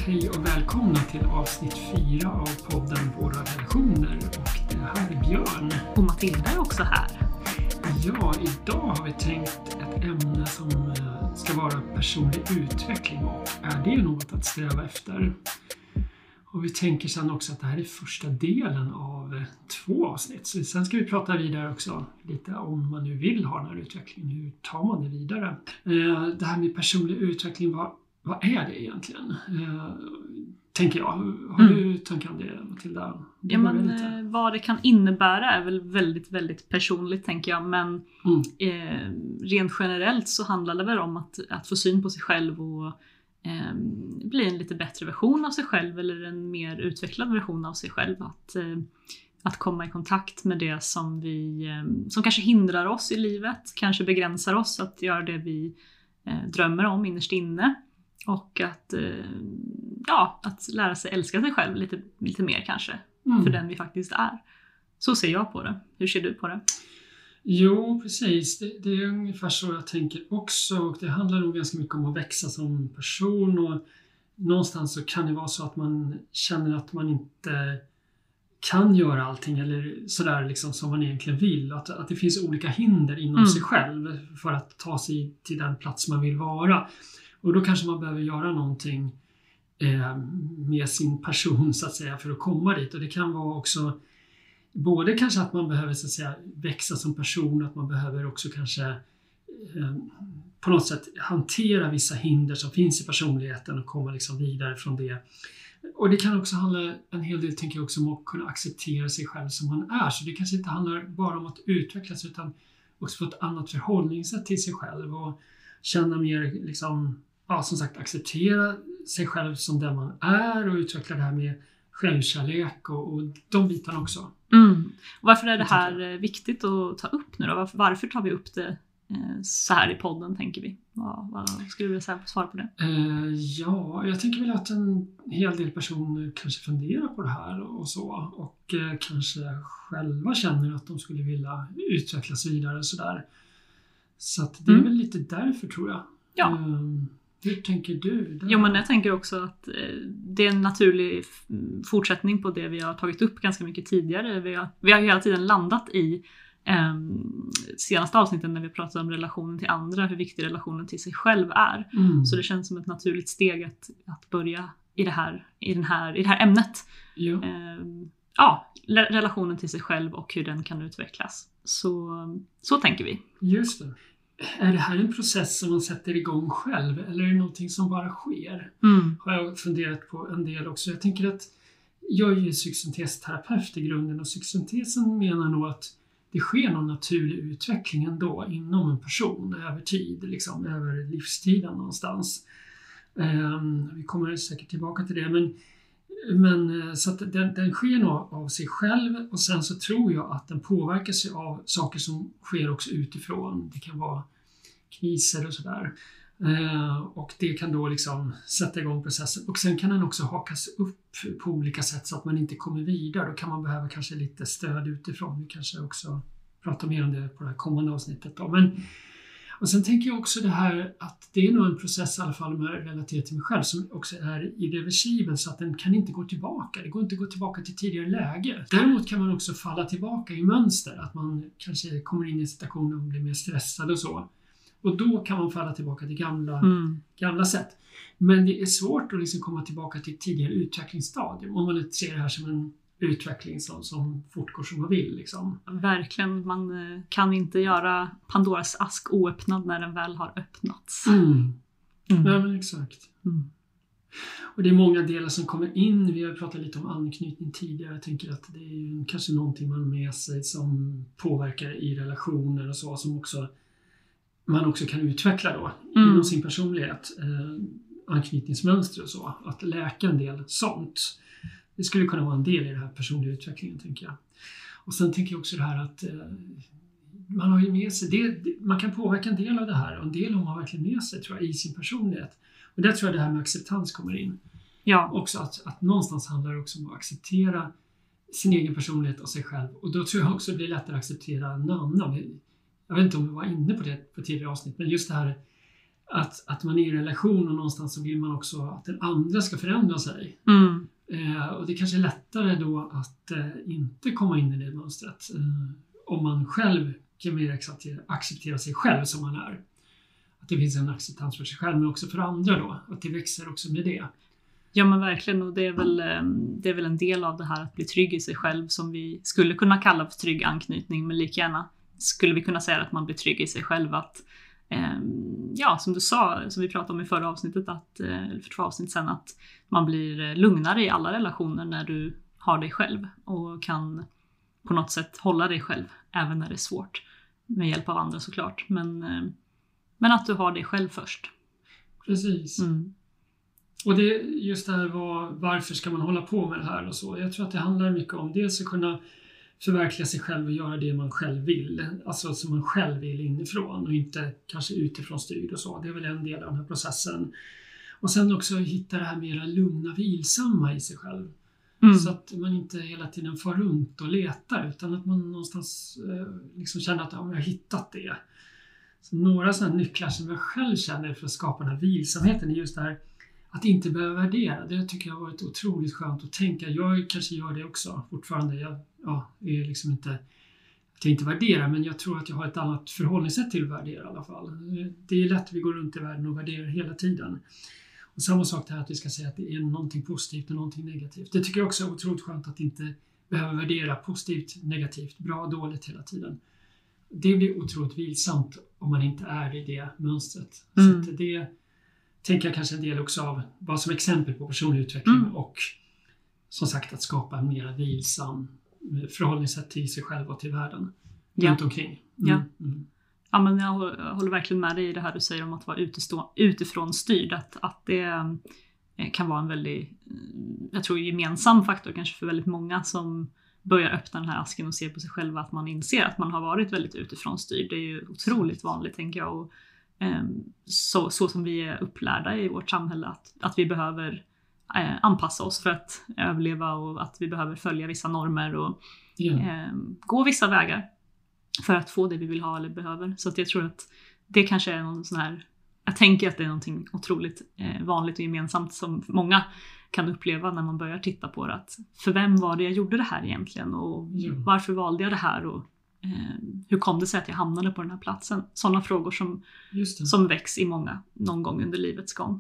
Hej och välkomna till avsnitt 4 av podden Våra relationer. Och det här är Björn. Och Matilda är också här. Ja, idag har vi tänkt ett ämne som ska vara personlig utveckling. Och är det något att sträva efter? Och vi tänker sedan också att det här är första delen av 2 avsnitt. Så sen ska vi prata vidare också lite om man nu vill ha den här utvecklingen. Hur tar man det vidare? Det här med personlig utveckling, vad är det egentligen? Tänker jag. Har du tankar om det, Matilda? Ja, men vad det kan innebära är väl väldigt, väldigt personligt, tänker jag. Men rent generellt så handlar det väl om att få syn på sig själv och bli en lite bättre version av sig själv eller en mer utvecklad version av sig själv. Att komma i kontakt med det som som kanske hindrar oss i livet, kanske begränsar oss att göra det vi drömmer om innerst inne. Och att lära sig älska sig själv lite mer kanske. För den vi faktiskt är. Så ser jag på det. Hur ser du på det? Jo, precis. Det är ungefär så jag tänker också. Och det handlar nog ganska mycket om att växa som person. Och någonstans så kan det vara så att man känner att man inte kan göra allting. Eller sådär liksom som man egentligen vill. Att det finns olika hinder inom sig själv. För att ta sig till den plats man vill vara. Och då kanske man behöver göra någonting med sin person så att säga för att komma dit. Och det kan vara också både kanske att man behöver så att säga växa som person, att man behöver också kanske på något sätt hantera vissa hinder som finns i personligheten och komma liksom vidare från det. Och det kan också handla en hel del, tänker jag också, om att kunna acceptera sig själv som man är. Så det kanske inte handlar bara om att utvecklas utan också få ett annat förhållningssätt till sig själv och känna mer liksom, som sagt, acceptera sig själv som den man är och utveckla det här med självkärlek och de bitarna också. Varför är det här viktigt att ta upp nu då? Varför tar vi upp det så här i podden, tänker vi? Vad skulle du vilja svara på det? Ja, jag tänker väl att en hel del personer kanske funderar på det här och så. Och kanske själva känner att de skulle vilja utvecklas vidare och sådär. Så att det är väl lite därför, tror jag. Ja. Hur tänker du? Jo, men jag tänker också att det är en naturlig fortsättning på det vi har tagit upp ganska mycket tidigare. Vi har hela tiden landat i senaste avsnitten när vi pratade om relationen till andra, hur viktig relationen till sig själv är. Så det känns som ett naturligt steg att börja i det här ämnet. Ja. Relationen till sig själv och hur den kan utvecklas. Så tänker vi. Just det. Är det här en process som man sätter igång själv eller är det någonting som bara sker? Har jag funderat på en del också. Jag tänker att jag är ju psykosyntesterapeut i grunden och psykosyntesen menar nog att det sker någon naturlig utveckling ändå inom en person över tid, liksom över livstiden någonstans. Vi kommer säkert tillbaka till det, men så att den sker nog av sig själv och sen så tror jag att den påverkar sig av saker som sker också utifrån. Det kan vara kriser och sådär. Och det kan då liksom sätta igång processen. Och sen kan den också hakas upp på olika sätt så att man inte kommer vidare. Då kan man behöva kanske lite stöd utifrån. Vi kanske också pratar mer om det på det här kommande avsnittet då. Och sen tänker jag också det här att det är nog en process i alla fall med relaterat till mig själv som också är irreversibel så att den kan inte gå tillbaka. Det går inte att gå tillbaka till tidigare läge. Däremot kan man också falla tillbaka i mönster. Att man kanske kommer in i en situation och blir mer stressad och så. Och då kan man falla tillbaka till gamla sätt. Men det är svårt att liksom komma tillbaka till ett tidigare utvecklingsstadium. Om man inte ser det här som en utveckling som fortgår som man vill. Liksom. Verkligen, man kan inte göra Pandoras ask oöppnad när den väl har öppnats. Ja, men exakt. Och det är många delar som kommer in. Vi har pratat lite om anknytning tidigare. Jag tänker att det är kanske någonting man med sig som påverkar i relationer och så. Som också man också kan utveckla då inom sin personlighet. Anknytningsmönster och så. Att läka en del sånt. Det skulle kunna vara en del i den här personliga utvecklingen, tänker jag. Och sen tänker jag också det här att man har ju med sig, man kan påverka en del av det här och en del har man verkligen med sig, tror jag, i sin personlighet. Och där tror jag det här med acceptans kommer in. Ja. Också att någonstans handlar det också om att acceptera sin egen personlighet och sig själv. Och då tror jag också det blir lättare att acceptera en annan. Jag vet inte om vi var inne på det på tidigare avsnitt, men just det här att man är i en relation och någonstans så vill man också att den andra ska förändra sig. Och det kanske är lättare då att inte komma in i det mönstret om man själv kan mer acceptera sig själv som man är. Att det finns en acceptans för sig själv men också för andra då. Att det växer också med det. Ja men verkligen, och det är väl en del av det här att bli trygg i sig själv som vi skulle kunna kalla för trygg anknytning, men lika gärna skulle vi kunna säga att man blir trygg i sig själv. Att som du sa, som vi pratade om i förra avsnittet, för 2 avsnitt sedan, att man blir lugnare i alla relationer när du har dig själv och kan på något sätt hålla dig själv även när det är svårt, med hjälp av andra såklart, men att du har dig själv först. Precis. Och det just det här varför ska man hålla på med det här och så. Jag tror att det handlar mycket om dels att kunna förverkliga sig själv och göra det man själv vill. Alltså som man själv vill inifrån och inte kanske utifrån styrd och så. Det är väl en del av den här processen. Och sen också hitta det här mera lugna, vilsamma i sig själv. Så att man inte hela tiden far runt och letar utan att man någonstans liksom känner att jag har hittat det. Så några sådana nycklar som jag själv känner för att skapa den här vilsamheten är just det här att inte behöva värdera. Det tycker jag har varit otroligt skönt att tänka. Jag kanske gör det också fortfarande. Jag är liksom inte att jag inte värderar, men jag tror att jag har ett annat förhållningssätt till att värdera i alla fall. Det är lätt att vi går runt i världen och värderar hela tiden. Och samma sak här att vi ska säga att det är någonting positivt och någonting negativt. Det tycker jag också är otroligt skönt att inte behöva värdera positivt, negativt, bra, dåligt hela tiden. Det blir otroligt vilsamt om man inte är i det mönstret. Så att det tänker jag kanske en del också av bara som exempel på personlig utveckling och som sagt att skapa en mer vilsam förhållningssätt till sig själv och till världen runt omkring. Ja, men jag håller verkligen med dig i det här du säger om att vara utifrån styrd. Att det kan vara en väldigt, jag tror, gemensam faktor kanske för väldigt många som börjar öppna den här asken och se på sig själva, att man inser att man har varit väldigt utifrån styrd. Det är ju otroligt vanligt, tänker jag. Och så som vi är upplärda i vårt samhälle, att vi behöver anpassa oss för att överleva och att vi behöver följa vissa normer och gå vissa vägar för att få det vi vill ha eller behöver. Så att jag tror att det kanske är någon sån här, jag tänker att det är någonting otroligt vanligt och gemensamt som många kan uppleva när man börjar titta på det. Att för vem var det jag gjorde det här egentligen och varför valde jag det här och hur kom det sig att jag hamnade på den här platsen? Sådana frågor som väcks i många någon gång under livets gång.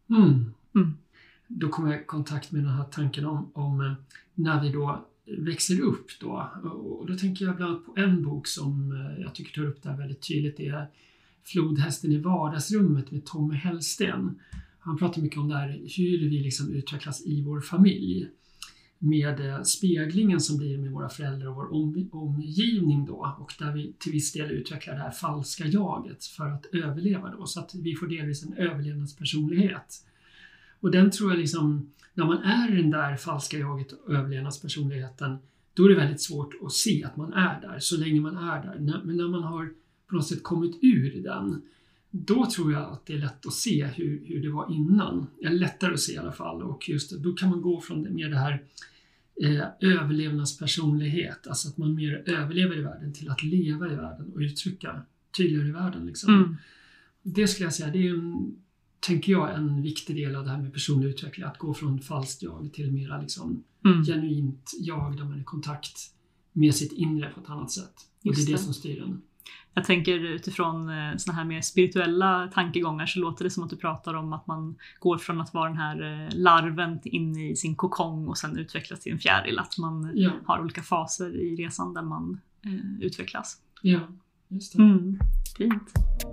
Då kommer jag i kontakt med den här tanken om när vi då växer upp då. Och då tänker jag bland annat på en bok som jag tycker tar upp det här väldigt tydligt. Det är Flodhästen i vardagsrummet med Tommy Hellsten. Han pratar mycket om det här, hur vi liksom utvecklas i vår familj. Med speglingen som blir med våra föräldrar och vår omgivning då. Och där vi till viss del utvecklar det här falska jaget för att överleva då. Så att vi får delvis en överlevnadspersonlighet. Och den tror jag liksom, när man är den där falska jaget och överlevnadspersonligheten, då är det väldigt svårt att se att man är där så länge man är där. Men när man har på något sätt kommit ur den, då tror jag att det är lätt att se hur det var innan. Eller lättare att se i alla fall. Och just då kan man gå från det här överlevnadspersonlighet, alltså att man mer överlever i världen, till att leva i världen och uttrycka tydligare i världen. Liksom. Det skulle jag säga, det är tänker jag, en viktig del av det här med personlig utveckling. Att gå från falskt jag till mera liksom genuint jag, där man är i kontakt med sitt inre på ett annat sätt. Och det är det som styr den. Jag tänker utifrån såna här mer spirituella tankegångar så låter det som att du pratar om att man går från att vara den här larven in i sin kokong och sen utvecklas till en fjäril. Att man har olika faser i resan där man utvecklas. Ja, just det. Fint.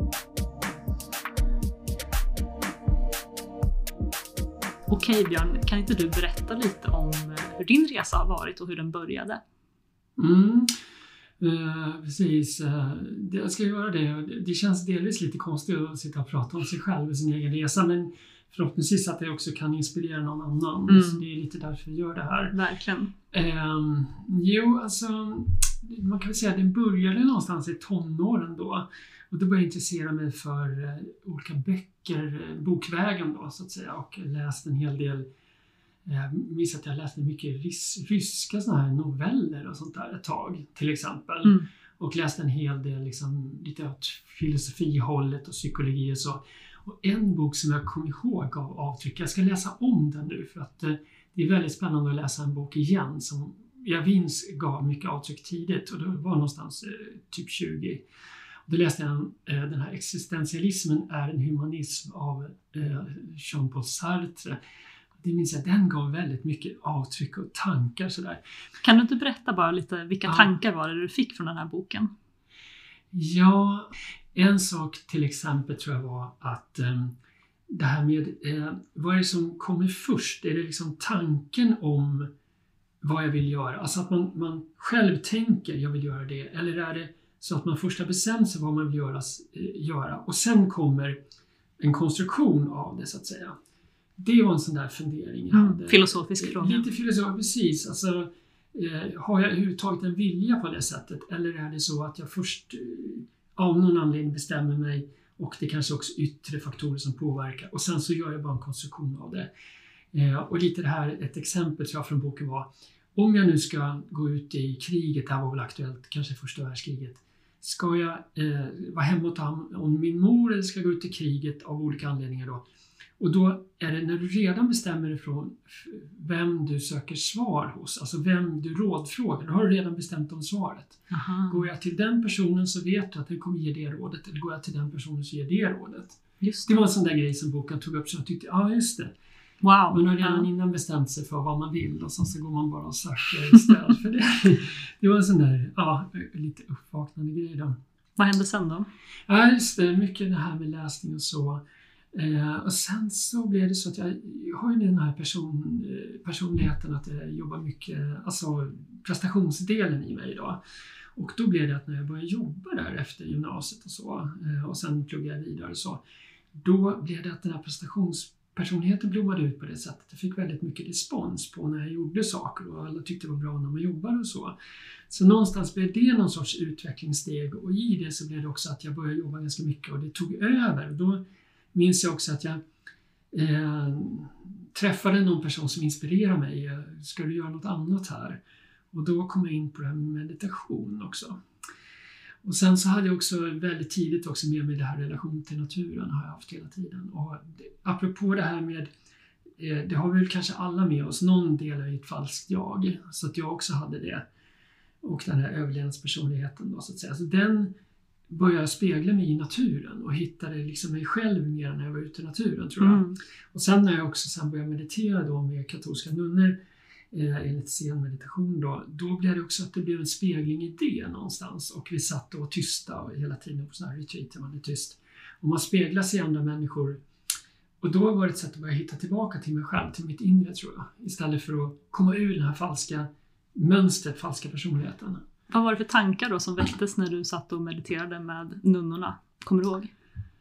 Okej Björn, kan inte du berätta lite om hur din resa har varit och hur den började? Precis, jag ska göra det. Det känns delvis lite konstigt att sitta och prata om sig själv och sin egen resa, men förhoppningsvis att det också kan inspirera någon annan. Så det är lite därför vi gör det här. Verkligen. Alltså man kan väl säga att det började någonstans i tonåren då. Och då började jag intressera mig för olika böcker, bokvägen då så att säga, och läste en hel del. Jag minns att jag läste mycket ryska såna här noveller och sånt där ett tag till exempel. Och läste en hel del liksom, lite åt filosofihållet och psykologi och så. Och en bok som jag kom ihåg gav avtryck, jag ska läsa om den nu för att det är väldigt spännande att läsa en bok igen som jag minns gav mycket avtryck tidigt och det var någonstans typ 20. Då läste jag den här existentialismen är en humanism av Jean-Paul Sartre. Det minns jag, den gav väldigt mycket avtryck och tankar sådär. Kan du inte berätta bara lite vilka tankar var det du fick från den här boken? Ja, en sak till exempel tror jag var att det här med vad är det som kommer först? Är det liksom tanken om vad jag vill göra? Alltså att man själv tänker jag vill göra det, eller är det så att man först har bestämt sig vad man vill göra och sen kommer en konstruktion av det så att säga. Det var en sån där fundering jag hade. Filosofisk fråga. Lite filosofiskt, precis. Alltså, har jag överhuvudtaget en vilja på det sättet? Eller är det så att jag först av någon anledning bestämmer mig och det kanske också yttre faktorer som påverkar och sen så gör jag bara en konstruktion av det. Och lite det här, ett exempel tror jag från boken var, om jag nu ska gå ut i kriget, det här var väl aktuellt, kanske första världskriget, ska jag vara hemma och ta hand om min mor eller ska jag gå ut i kriget av olika anledningar då? Och då är det när du redan bestämmer ifrån vem du söker svar hos, alltså vem du rådfrågar, då har du redan bestämt om svaret. Aha. Går jag till den personen så vet du att den kommer ge det rådet, eller går jag till den personen så ger det rådet. Just det. Det var en sån där grej som boken tog upp så jag tyckte, ja just det. Wow. Man har redan innan bestämt sig för vad man vill och så går man bara och söker istället för det. Det var en sån där, lite uppvaknande grej då. Vad hände sen då? Ja just det, mycket det här med läsning och så. Och sen så blev det så att jag har ju den här personligheten att jag jobbar mycket, alltså prestationsdelen i mig då. Och då blev det att när jag började jobba där efter gymnasiet och så, och sen pluggade jag vidare och så, då blev det att den här prestationspersonligheten blommade ut på det sättet. Jag fick väldigt mycket respons på när jag gjorde saker och alla tyckte det var bra när man jobbade och så. Så någonstans blev det någon sorts utvecklingssteg och i det så blev det också att jag började jobba ganska mycket och det tog över. Då minns jag också att jag träffade någon person som inspirerade mig. Ska du göra något annat här? Och då kom jag in på det här med meditation också. Och sen så hade jag också väldigt tidigt också med mig det här relation till naturen har jag haft hela tiden. Och apropå det här med, det har vi väl kanske alla med oss, någon del av ett falskt jag. Så att jag också hade det. Och den här överlevnadspersonligheten då så att säga. Så den började spegla mig i naturen och hittade liksom mig själv mer när jag var ute i naturen tror jag. Och sen när jag också började meditera då med katolska nunnor enligt zen-meditation då blev det också att det blev en spegling i det någonstans och vi satt då tysta och hela tiden på sådana här retreater man är tyst. Och man speglar sig i andra människor och då var det ett sätt att börja hitta tillbaka till mig själv, till mitt inre tror jag. Istället för att komma ur den här falska mönstret, falska personligheten. Vad var det för tankar då som väcktes när du satt och mediterade med nunnorna? Kommer du ihåg?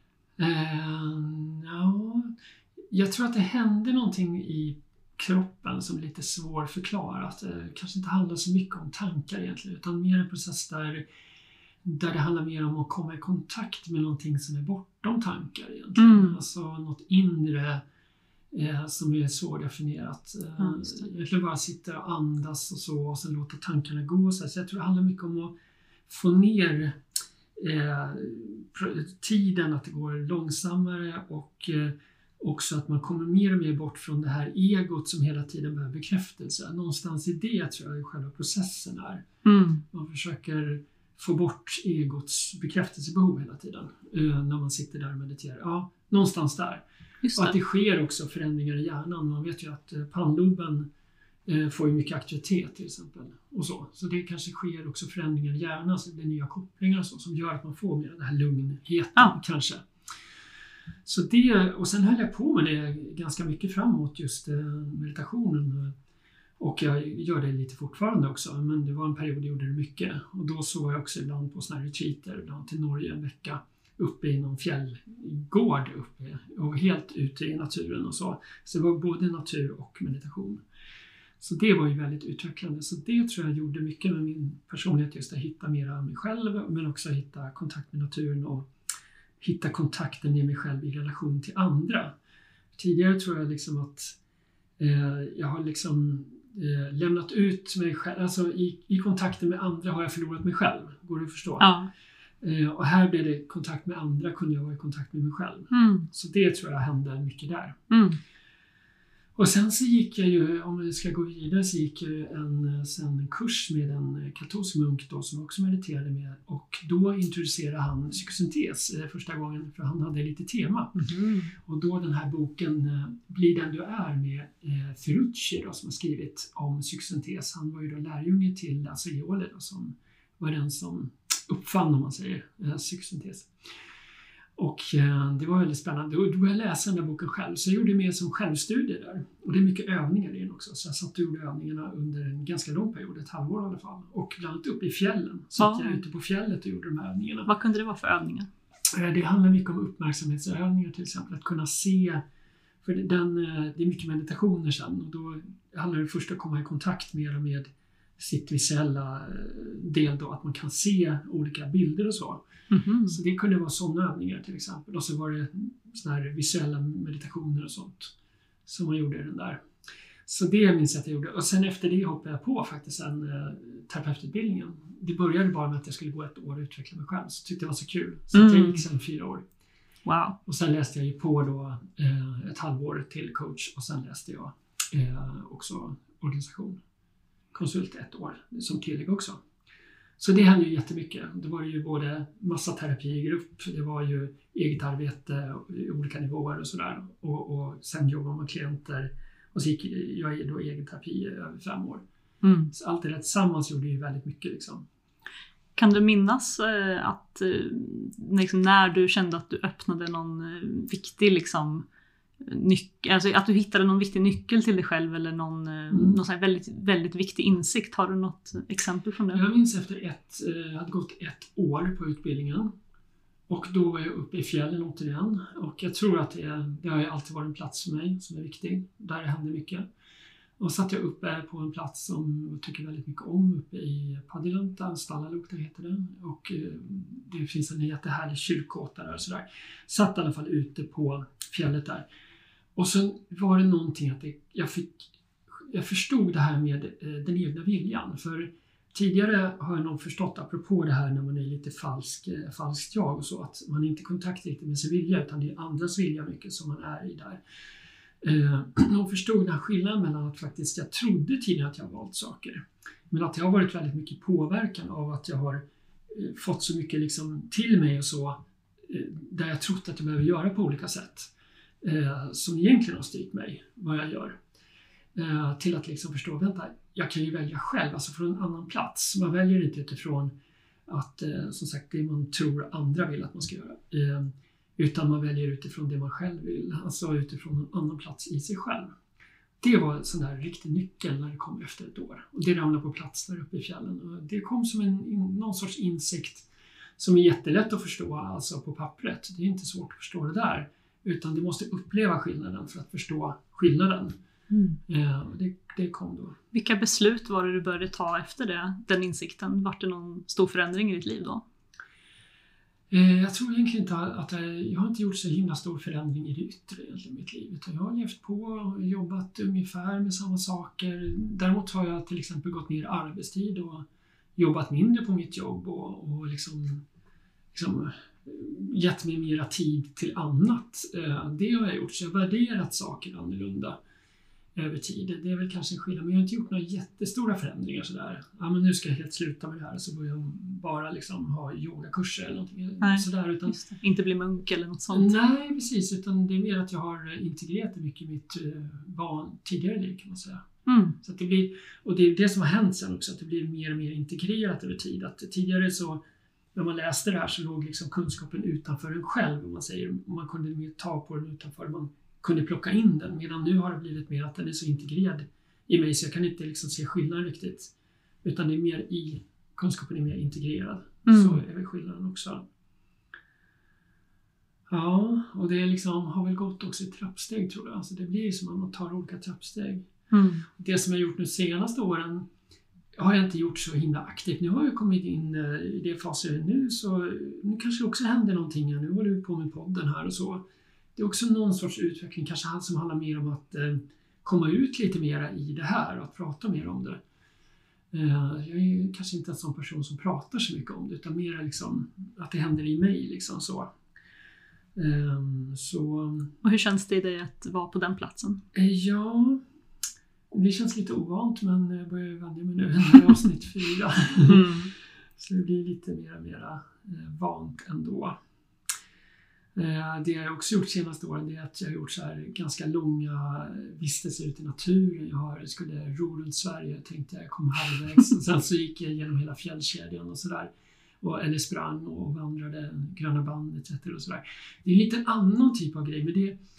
Jag tror att det hände någonting i kroppen som är lite svårförklarat. Det kanske inte handlar så mycket om tankar egentligen utan mer en process där det handlar mer om att komma i kontakt med någonting som är bortom tankar egentligen. Alltså något inre som är svårdefinierat. Egentligen bara sitta och andas och så och sen låta tankarna gå. Så jag tror det handlar mycket om att få ner tiden, att det går långsammare och också att man kommer mer och mer bort från det här egot som hela tiden behöver bekräftelse. Någonstans i det tror jag själva processen är. Man försöker få bort egots bekräftelsebehov hela tiden när man sitter där och mediterar. Ja, någonstans där. Och att det sker också förändringar i hjärnan. Man vet ju att pannloben får ju mycket aktivitet till exempel. Och så det kanske sker också förändringar i hjärnan. Så det blir nya kopplingar och så, som gör att man får mer den här lugnheten kanske. Så det, och sen höll jag på med det ganska mycket framåt just meditationen. Och jag gör det lite fortfarande också. Men det var en period jag gjorde det mycket. Och då så var jag också ibland på såna här retreater. Ibland till Norge en vecka. Uppe i någon fjällgård uppe. Och helt ute i naturen och så. Så det var både natur och meditation. Så det var ju väldigt utvecklande. Så det tror jag gjorde mycket med min personlighet. Just att hitta mer av mig själv. Men också hitta kontakt med naturen. Och hitta kontakten med mig själv i relation till andra. Tidigare tror jag liksom att jag har liksom lämnat ut mig själv. Alltså i kontakten med andra har jag förlorat mig själv. Går det att förstå? Ja. Och här blev det kontakt med andra, kunde jag vara i kontakt med mig själv. Så det tror jag hände mycket där. Och sen så gick jag ju, om vi ska gå vidare, så gick jag en kurs med en katolsk munk då, som också mediterade med. Och då introducerade han psykosyntes första gången, för han hade lite tema. Och då den här boken Bli den du är med Ferrucci då, som har skrivit om psykosyntes. Han var ju då lärjunge till Assagioli då, som var den som uppfann, om man säger, psykosyntes. Och det var väldigt spännande. Då började jag läsa den här boken själv. Så jag gjorde mer som självstudie där. Och det är mycket övningar i den också. Så jag satt och gjorde övningarna under en ganska lång period, ett halvår i alla fall. Och bland annat uppe i fjällen. Så jag ute på fjället och gjorde de här övningarna. Vad kunde det vara för övningar? Det handlar mycket om uppmärksamhetsövningar till exempel. Att kunna se, för det är mycket meditationer sen. Och då handlar det först att komma i kontakt med sitt visuella del då, att man kan se olika bilder och så. Så det kunde vara sådana övningar till exempel. Och så var det sådana här visuella meditationer och sånt som man gjorde i den där. Så det minns jag att jag gjorde. Och sen efter det hoppade jag på faktiskt terapeututbildningen. Det började bara med att jag skulle gå ett år och utveckla mig själv. Så tyckte det var så kul. Så att jag gick sen 4 år. Wow. Och sen läste jag ju på då ett halvår till coach. Och sen läste jag också organisation. Konsult 1 år som tillägg också. Så det hände ju jättemycket. Det var ju både massa terapi i grupp, det var ju eget arbete i olika nivåer och sådär. Och sen jobbade man med klienter och så gick jag då egen terapi i över 5 år. Så allt det där tillsammans gjorde ju väldigt mycket liksom. Kan du minnas att liksom, när du kände att du öppnade någon viktig liksom alltså att du hittade någon viktig nyckel till dig själv eller någon sån här väldigt, väldigt viktig insikt? Har du något exempel från det? Jag minns efter jag hade gått 1 år på utbildningen och då var jag uppe i fjällen återigen och jag tror att det har alltid varit en plats för mig som är viktig, där det händer mycket. Och satt jag uppe på en plats som jag tycker väldigt mycket om, uppe i Padilanta, Stallalukta heter det. Och det finns en jättehärlig kyrkåta där och sådär. Satt i alla fall ute på fjället där. Och sen var det någonting att jag förstod det här med den egna viljan. För tidigare har jag nog förstått, apropå det här när man är lite falskt jag och så, att man inte kontaktar riktigt med sin vilja utan det är andras vilja mycket som man är i där. Och förstod den här skillnaden mellan att faktiskt jag trodde tidigare att jag valt saker. Men att jag har varit väldigt mycket påverkan av att jag har fått så mycket liksom till mig och så. Där jag trott att jag behöver göra på olika sätt. Som egentligen har styrt mig, vad jag gör. Till att liksom förstå, vänta, jag kan ju välja själv, alltså från en annan plats. Man väljer inte utifrån att, som sagt, det man tror andra vill att man ska göra. Utan man väljer utifrån det man själv vill, alltså utifrån en annan plats i sig själv. Det var en sån där riktig nyckel när det kom efter 1 år. Och det ramlade på plats där uppe i fjällen. Och det kom som någon sorts insikt som är jättelätt att förstå, alltså på pappret. Det är inte svårt att förstå det där. Utan du måste uppleva skillnaden för att förstå skillnaden. Det kom då. Vilka beslut var det du började ta efter den insikten? Var det någon stor förändring i ditt liv då? Jag tror egentligen inte att jag har inte gjort så himla stor förändring i det yttre i mitt liv. Utan jag har levt på och jobbat ungefär med samma saker. Däremot har jag till exempel gått ner i arbetstid och jobbat mindre på mitt jobb. Och liksom gett mig mera tid till annat. Det har jag gjort. Så jag har värderat saker annorlunda över tid. Det är väl kanske en skillnad. Men jag har inte gjort några jättestora förändringar sådär. Ja, men nu ska jag helt sluta med det här. Så börjar jag bara liksom ha yogakurser eller någonting. Nej, sådär. Utan, inte bli munk eller något sånt. Nej, precis. Utan det är mer att jag har integrerat det mycket i mitt tidigare liv kan man säga. Så att det blir, och det är det som har hänt sen också. Att det blir mer och mer integrerat över tid. Att tidigare så när man läste det här så låg liksom kunskapen utanför en själv. Om man säger, man kunde mer ta på den utanför. Man kunde plocka in den. Medan nu har det blivit mer att den är så integrerad i mig. Så jag kan inte liksom se skillnaden riktigt. Utan det är mer kunskapen är mer integrerad. Så är väl skillnaden också. Ja, och det liksom har väl gått också i trappsteg tror jag. Alltså det blir som att man tar olika trappsteg. Det som jag gjort nu senaste åren har jag inte gjort så himla aktivt. Nu har jag kommit in i det fasen nu. Så nu kanske också händer någonting. Nu håller vi på med podden här och så. Det är också någon sorts utveckling kanske som handlar mer om att komma ut lite mer i det här och att prata mer om det. Jag är kanske inte en sån person som pratar så mycket om det, utan mer liksom att det händer i mig liksom så. Och hur känns det i dig att vara på den platsen? Ja, det känns lite ovant, men jag börjar vänja mig nu i avsnitt 4. Så det blir lite mer vant ändå. Det jag också gjort senaste åren, det är att jag har gjort så här ganska långa vistelser ute i naturen. Jag skulle ro runt Sverige, tänkte jag kom halvvägs. Och sen så gick jag genom hela fjällkedjan och sådär. Eller sprang och vandrade Gröna bandet och sådär. Det är en lite annan typ av grej, men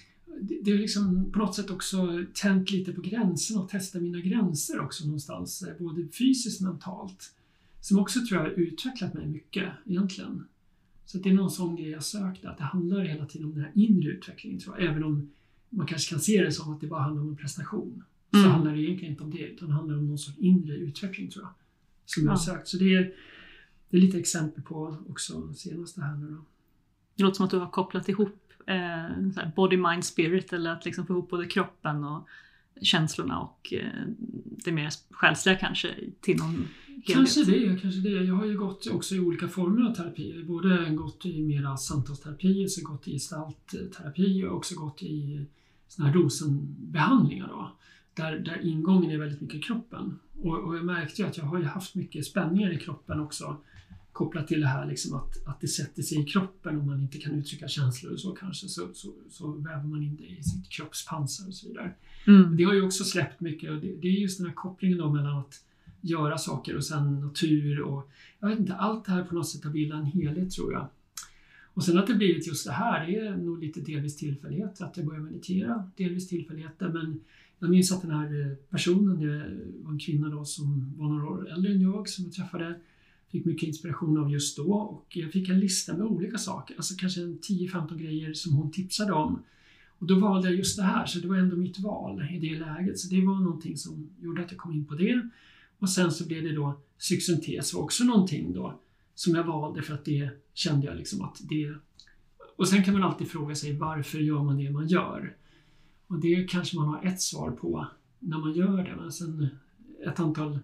det är liksom på något sätt också tänt lite på gränserna och testat mina gränser också någonstans. Både fysiskt och mentalt. Som också tror jag har utvecklat mig mycket egentligen. Så det är någon sån grej jag sökte, att det handlar hela tiden om den här inre utvecklingen tror jag. Även om man kanske kan se det som att det bara handlar om en prestation. Så handlar det egentligen inte om det, utan det handlar om någon sorts inre utveckling tror jag. Som jag har sökt. Så det är lite exempel på också senaste här nu då. Det låter som att du har kopplat ihop body, mind, spirit, eller att liksom få ihop både kroppen och känslorna och det mer själsliga kanske till någon helhet. Kanske det. Jag har ju gått också i olika former av terapi. Både gått i mera samtalsterapi, så gått i gestaltterapi och också gått i såna här rosenbehandlingar då. Där ingången är väldigt mycket kroppen. Och jag märkte ju att jag har ju haft mycket spänningar i kroppen också. Kopplat till det här liksom att det sätter sig i kroppen om man inte kan uttrycka känslor och så kanske. Så väver man in det i sitt kroppspansar och så vidare. Det har ju också släppt mycket. Och det är just den här kopplingen då mellan att göra saker och sen natur. Och jag vet inte, allt det här på något sätt har bildat en helhet tror jag. Och sen att det blivit just det här, det är nog lite delvis tillfällighet. Att jag börjar meditera, delvis tillfälligheter. Men jag minns att den här personen, det var en kvinna då som var några år äldre än jag som jag träffade. Fick mycket inspiration av just då, och jag fick en lista med olika saker. Alltså kanske 10-15 grejer som hon tipsade om. Och då valde jag just det här, så det var ändå mitt val i det läget. Så det var någonting som gjorde att jag kom in på det. Och sen så blev det då psyksyntes, var också någonting då som jag valde för att det kände jag liksom att det... Och sen kan man alltid fråga sig varför gör man det man gör? Och det kanske man har ett svar på när man gör det. Men sen ett antal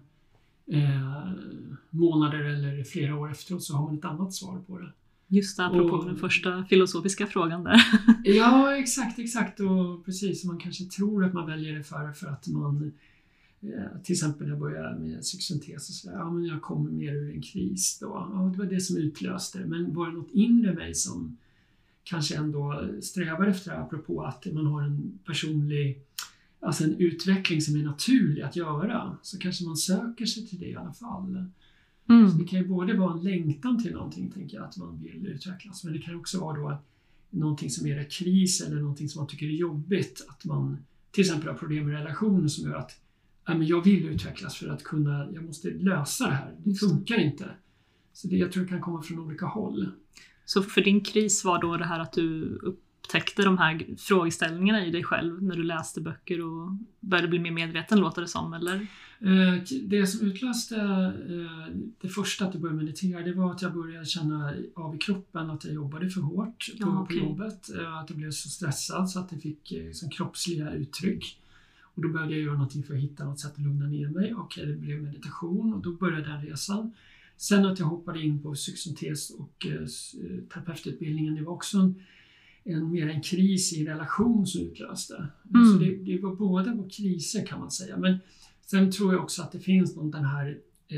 månader eller flera år efteråt så har man ett annat svar på det. Just det, apropå den första filosofiska frågan där. Ja, exakt. Och precis, man kanske tror att man väljer det för att man till exempel när jag började med psyksyntes och sådär, men jag kommer mer ur en kris då. Ja, det var det som utlöste det. Men var det något inre mig som kanske ändå strävar efter det, apropå att man har en personlig, alltså en utveckling som är naturlig att göra, så kanske man söker sig till det i alla fall. Så det kan ju både vara en längtan till någonting, tänker jag, att man vill utvecklas, men det kan också vara då någonting som är en kris eller någonting som man tycker är jobbigt, att man till exempel har problem med relationer som gör att men jag vill utvecklas för att kunna, jag måste lösa det här, det funkar inte. Så det, jag tror det kan komma från olika håll. Så för din kris var då det här att du upptäckte de här frågeställningarna i dig själv när du läste böcker och började bli mer medveten, låter det som, eller? Det som utlöste det första att jag började meditera, det var att jag började känna av i kroppen att jag jobbade för hårt på jobbet. Att jag blev så stressad så att det fick kroppsliga uttryck. Och då började jag göra någonting för att hitta något sätt att lugna ner mig. Och det blev meditation och då började den resan. Sen att jag hoppade in på psyksyntes och terapeututbildningen, det var också mer en kris i relation som utlöste. Så det var båda på kriser kan man säga. Men sen tror jag också att det finns den här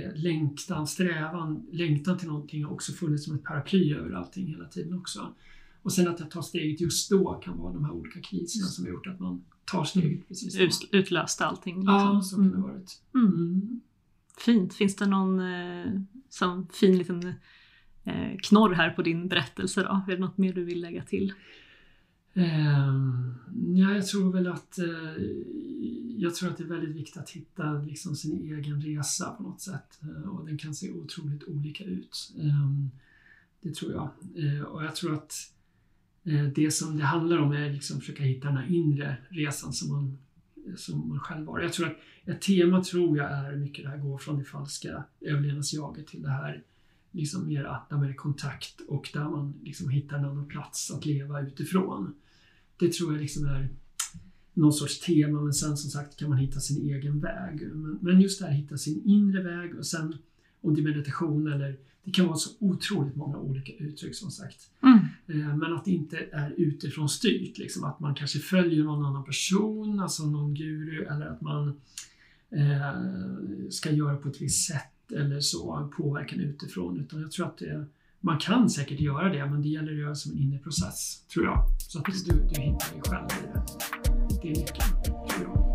längtan till någonting har också funnits som ett paraply över allting hela tiden också. Och sen att jag tar steget just då kan vara de här olika kriserna som har gjort att man tar steget precis då. Utlöste allting. Liksom. Ja, så kan det ha varit. Fint. Finns det någon sån fin liten knorr här på din berättelse då? Är det något mer du vill lägga till? Ja, jag tror väl att det är väldigt viktigt att hitta liksom sin egen resa på något sätt. Och den kan se otroligt olika ut. Det tror jag. Och jag tror att det som det handlar om är liksom försöka hitta den här inre resan som man själv har. Jag tror att ett tema tror jag är mycket det här går från det falska överlevnadsjaget till det här liksom mera där man är i kontakt och där man liksom hittar en annan plats att leva utifrån. Det tror jag liksom är någon sorts tema, men sen som sagt kan man hitta sin egen väg. Men just det här, hitta sin inre väg, och sen om det är meditation eller det kan vara så otroligt många olika uttryck som sagt. Men att det inte är utifrån styrt, liksom, att man kanske följer någon annan person, alltså någon guru, eller att man ska göra på ett visst sätt eller så, påverkan utifrån. Utan jag tror att man kan säkert göra det, men det gäller att göra som en inre process, tror jag. Så att du hittar dig själv i det. Det är nyckeln, tror jag.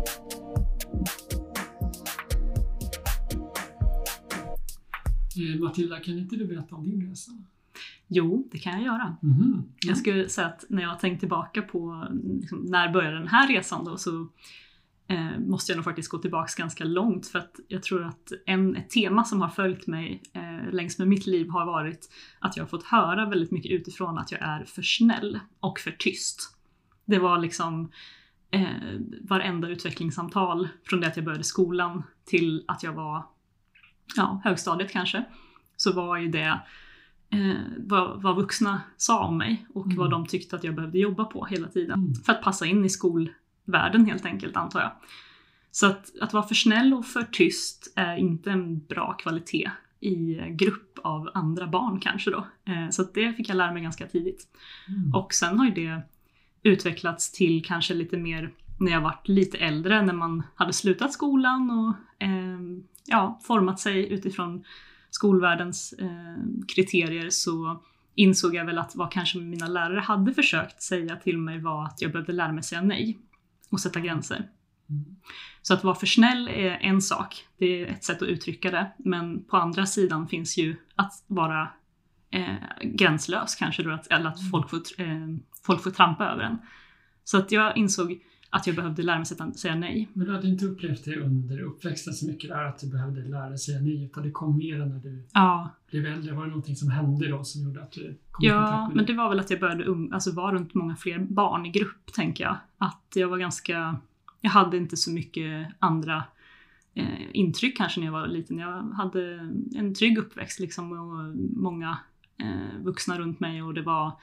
Matilda, kan inte du berätta om din resa? Jo, det kan jag göra. Jag skulle säga att när jag tänkt tillbaka på liksom, när började den här resan då, så måste jag nog faktiskt gå tillbaka ganska långt, för att jag tror att ett tema som har följt mig längs med mitt liv har varit att jag har fått höra väldigt mycket utifrån att jag är för snäll och för tyst. Det var liksom varenda utvecklingssamtal från det att jag började skolan till att jag var högstadiet kanske, så var ju det vad vuxna sa om mig och vad de tyckte att jag behövde jobba på hela tiden för att passa in i skolvärlden helt enkelt, antar jag. Så att vara för snäll och för tyst är inte en bra kvalitet i grupp av andra barn kanske då. Så att det fick jag lära mig ganska tidigt. Och sen har ju det utvecklats till kanske lite mer när jag varit lite äldre, när man hade slutat skolan och format sig utifrån skolvärldens kriterier, så insåg jag väl att vad kanske mina lärare hade försökt säga till mig var att jag behövde lära mig säga nej och sätta gränser. Så att vara för snäll är en sak, det är ett sätt att uttrycka det, men på andra sidan finns ju att vara gränslös kanske då, eller att folk får trampa över en. Så att jag insåg att jag behövde lära mig säga nej. Men du hade inte upplevt det under uppväxten så mycket där, att du behövde lära dig säga nej, utan det kom mer när du blev äldre? Var det någonting som hände då som gjorde att du kom i kontakt med det? Men det var väl att jag började vara runt många fler barn i grupp, tänker jag. Att jag hade inte så mycket andra intryck kanske när jag var liten. Jag hade en trygg uppväxt liksom, och många vuxna runt mig, och det var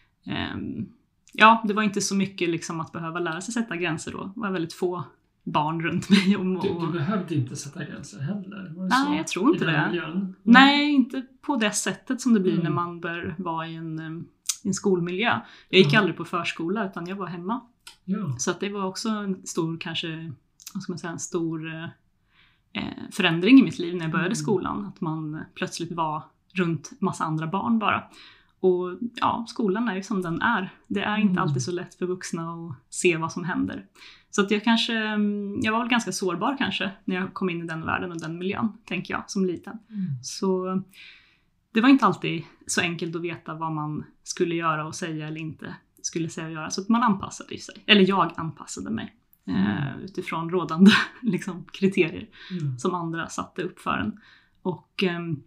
det var inte så mycket liksom att behöva lära sig sätta gränser då. Det var väldigt få barn runt mig. Du behövde inte sätta gränser heller? Nej, jag tror inte det. Nej, inte på det sättet som det blir när man bör vara i en skolmiljö. Jag gick aldrig på förskola, utan jag var hemma. Ja. Så att det var också en stor, kanske, vad ska man säga, en stor förändring i mitt liv när jag började skolan. Att man plötsligt var runt massa andra barn bara. Och skolan är ju som den är. Det är inte alltid så lätt för vuxna att se vad som händer. Så att jag var väl ganska sårbar kanske när jag kom in i den världen och den miljön, tänker jag, som liten. Så det var inte alltid så enkelt att veta vad man skulle göra och säga eller inte skulle säga och göra. Så att man anpassade sig. Eller jag anpassade mig utifrån rådande liksom, kriterier som andra satte upp för en. Och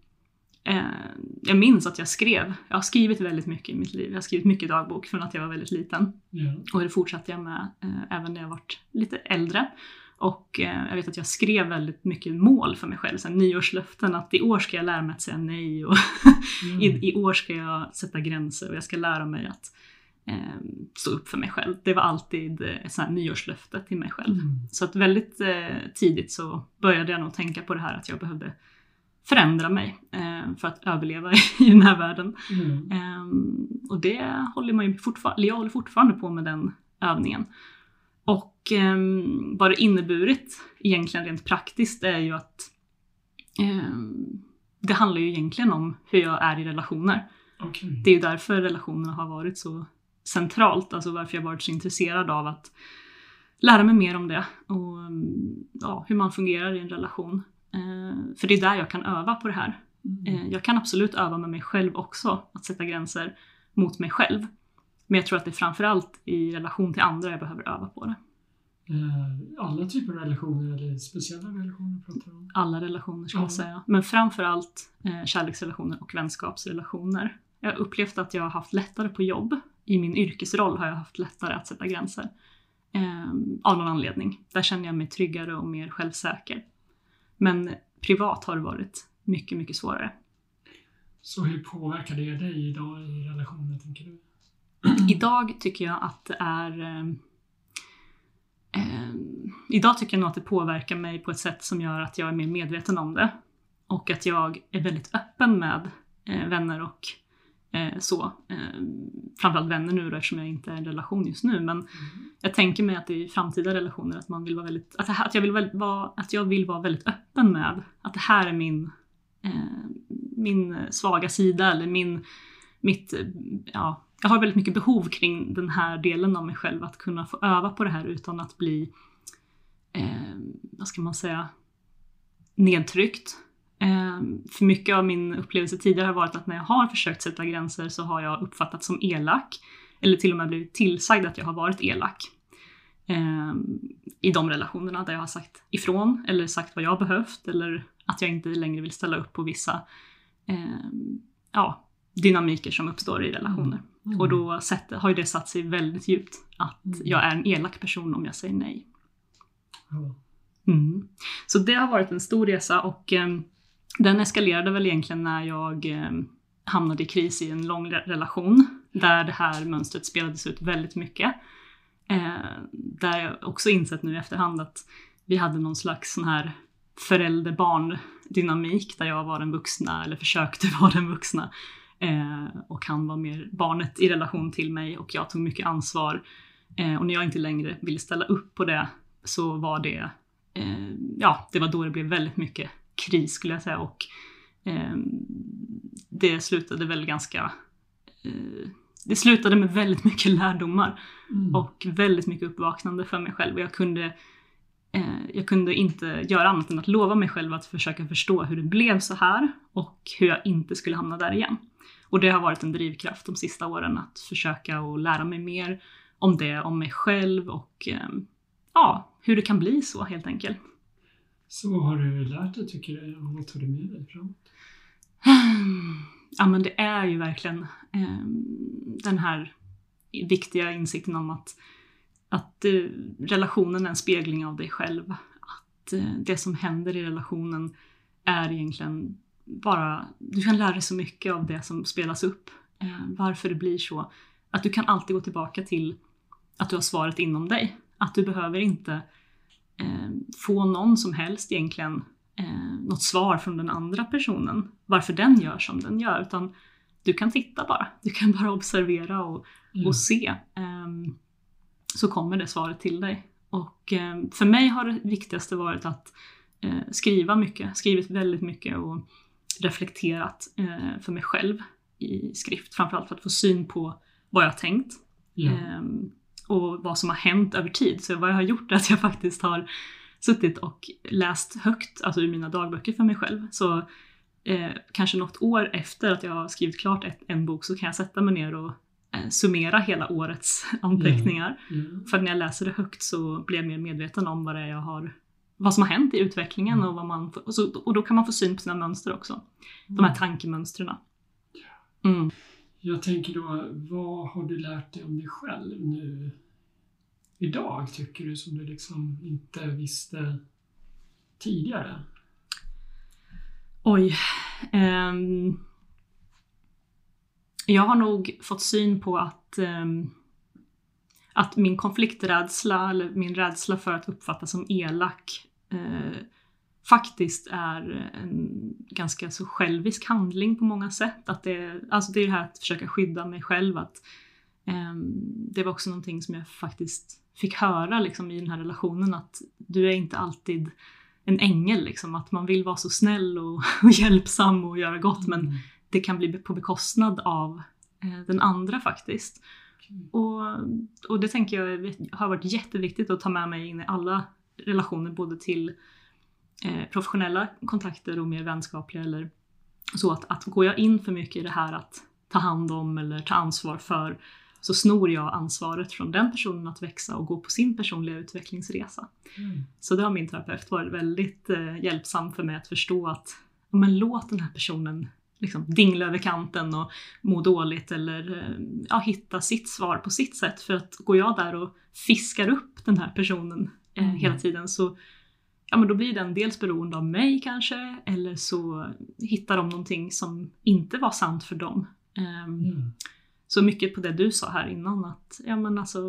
jag minns att jag har skrivit väldigt mycket i mitt liv. Jag har skrivit mycket dagbok från att jag var väldigt liten. Och det fortsatte jag med även när jag varit lite äldre. Och jag vet att jag skrev väldigt mycket mål för mig själv. Sen nyårslöften att i år ska jag lära mig att säga nej. Och i år ska jag sätta gränser och jag ska lära mig att stå upp för mig själv. Det var alltid ett sånt här nyårslöfte till mig själv. Så att väldigt tidigt så började jag nog tänka på det här att jag behövde förändra mig för att överleva i den här världen. Och det håller man ju jag håller fortfarande på med den övningen. Och vad det inneburit egentligen rent praktiskt är ju att det handlar ju egentligen om hur jag är i relationer. Okay. Det är ju därför relationerna har varit så centralt, alltså varför jag varit så intresserad av att lära mig mer om det och hur man fungerar i en relation. För det är där jag kan öva på det här. Jag kan absolut öva med mig själv också, att sätta gränser mot mig själv. Men jag tror att det är framförallt i relation till andra jag behöver öva på det. Alla typer av relationer eller speciella relationer pratar du om? Alla relationer ska jag säga. Men framförallt kärleksrelationer och vänskapsrelationer. Jag har upplevt att jag har haft lättare på jobb. I min yrkesroll har jag haft lättare att sätta gränser. Av någon anledning. Där känner jag mig tryggare och mer självsäker. Men privat har det varit mycket, mycket svårare. Så hur påverkar det dig idag i relationer, tänker du? Idag tycker jag att det är idag tycker jag nog att det påverkar mig på ett sätt som gör att jag är mer medveten om det. Och att jag är väldigt öppen med vänner och så. Framförallt vänner nu då, eftersom jag inte är i en relation just nu. Men jag tänker mig att i framtida relationer att man vill vara väldigt, att jag vill vara väldigt öppen med att det här är min svaga sida eller jag har väldigt mycket behov kring den här delen av mig själv, att kunna få öva på det här utan att bli vad ska man säga, nedtryckt. För mycket av min upplevelse tidigare har varit att när jag har försökt sätta gränser så har jag uppfattats som elak eller till och med blivit tillsagd att jag har varit elak i de relationerna där jag har sagt ifrån eller sagt vad jag har behövt eller att jag inte längre vill ställa upp på vissa dynamiker som uppstår i relationer. Och då har ju det satt sig väldigt djupt att jag är en elak person om jag säger nej. Så det har varit en stor resa och den eskalerade väl egentligen när jag hamnade i kris i en lång relation där det här mönstret spelades ut väldigt mycket. Där jag också insett nu i efterhand att vi hade någon slags sån här förälder-barn-dynamik där jag var den vuxna eller försökte vara den vuxna. Och han var mer barnet i relation till mig och jag tog mycket ansvar. Och när jag inte längre ville ställa upp på det så var det det var då det blev väldigt mycket kris skulle jag säga. Och det slutade väl det slutade med väldigt mycket lärdomar och väldigt mycket uppvaknande för mig själv. Och jag kunde inte göra annat än att lova mig själv att försöka förstå hur det blev så här och hur jag inte skulle hamna där igen. Och det har varit en drivkraft de sista åren att försöka och lära mig mer om det, om mig själv och hur det kan bli så helt enkelt. Så vad har du lärt dig tycker du och vad tar du med dig framåt? Ja men det är ju verkligen den här viktiga insikten om att relationen är en spegling av dig själv. Att det som händer i relationen är egentligen bara, du kan lära dig så mycket av det som spelas upp. Varför det blir så. Att du kan alltid gå tillbaka till att du har svaret inom dig. Att du behöver inte få någon som helst egentligen något svar från den andra personen. Varför den gör som den gör. Utan du kan titta bara. Du kan bara observera och se. Så kommer det svaret till dig. Och för mig har det viktigaste varit att skriva mycket. Skrivit väldigt mycket och reflekterat för mig själv i skrift. Framförallt för att få syn på vad jag har tänkt. Och vad som har hänt över tid. Så vad jag har gjort är att jag faktiskt har suttit och läst högt, alltså i mina dagböcker för mig själv. Så kanske något år efter att jag har skrivit klart en bok så kan jag sätta mig ner och summera hela årets anteckningar. För när jag läser det högt så blir jag mer medveten om vad som har hänt i utvecklingen och då kan man få syn på sina mönster också. De här tankemönstren. Jag tänker då, vad har du lärt dig om dig själv nu idag tycker du som du liksom inte visste tidigare? Oj. Jag har nog fått syn på att min konflikträdsla eller min rädsla för att uppfattas som elak faktiskt är en ganska så självisk handling på många sätt. Att det är det här att försöka skydda mig själv. Att, det var också någonting som jag faktiskt fick höra liksom, i den här relationen. Att du är inte alltid en ängel. Liksom, att man vill vara så snäll och hjälpsam och göra gott. Men det kan bli på bekostnad av den andra faktiskt. Och det tänker jag har varit jätteviktigt att ta med mig in i alla relationer. Både till professionella kontakter och mer vänskapliga eller så att går jag in för mycket i det här att ta hand om eller ta ansvar för så snor jag ansvaret från den personen att växa och gå på sin personliga utvecklingsresa. Så det har min terapeut varit väldigt hjälpsam för mig att förstå att låt den här personen liksom dingla över kanten och må dåligt eller hitta sitt svar på sitt sätt. För att går jag där och fiskar upp den här personen hela tiden så då blir den dels beroende av mig kanske. Eller så hittar de någonting som inte var sant för dem. Så mycket på det du sa här innan. Att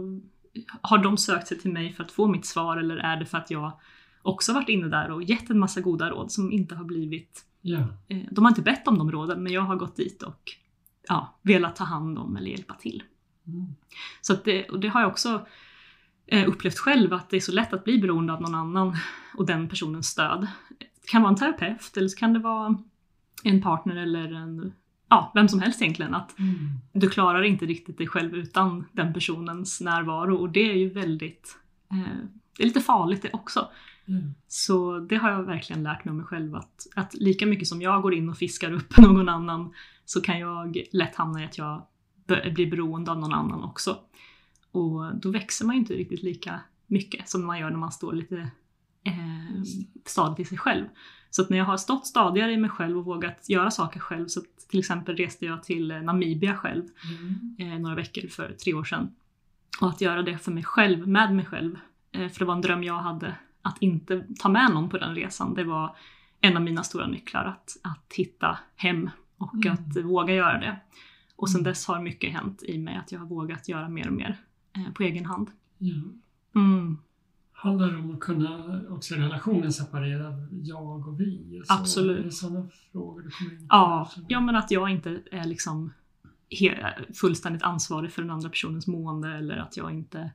har de sökt sig till mig för att få mitt svar, eller är det för att jag också varit inne där och gett en massa goda råd som inte har blivit... De har inte bett om de råden, men jag har gått dit och velat ta hand om eller hjälpa till. Så att det har jag också upplevt själv, att det är så lätt att bli beroende av någon annan och den personens stöd. Det kan vara en terapeut, eller så kan det vara en partner eller vem som helst egentligen. Att du klarar inte riktigt dig själv utan den personens närvaro, och det är ju väldigt det är lite farligt det också. Så det har jag verkligen lärt mig om mig själv, att lika mycket som jag går in och fiskar upp någon annan, så kan jag lätt hamna i att jag blir beroende av någon annan också. Och då växer man ju inte riktigt lika mycket som man gör när man står lite stadigt i sig själv. Så att när jag har stått stadigare i mig själv och vågat göra saker själv, så till exempel reste jag till Namibia själv några veckor för 3 år sedan. Och att göra det för mig själv, med mig själv. För det var en dröm jag hade, att inte ta med någon på den resan. Det var en av mina stora nycklar, att hitta hem och att våga göra det. Och sen dess har mycket hänt i mig, att jag har vågat göra mer och mer på egen hand. Handlar det om att kunna också i relationen separera jag och vi? Så, absolut. Är det sådana frågor du kommer in på? Ja, men att jag inte är liksom fullständigt ansvarig för den andra personens mående, eller att jag inte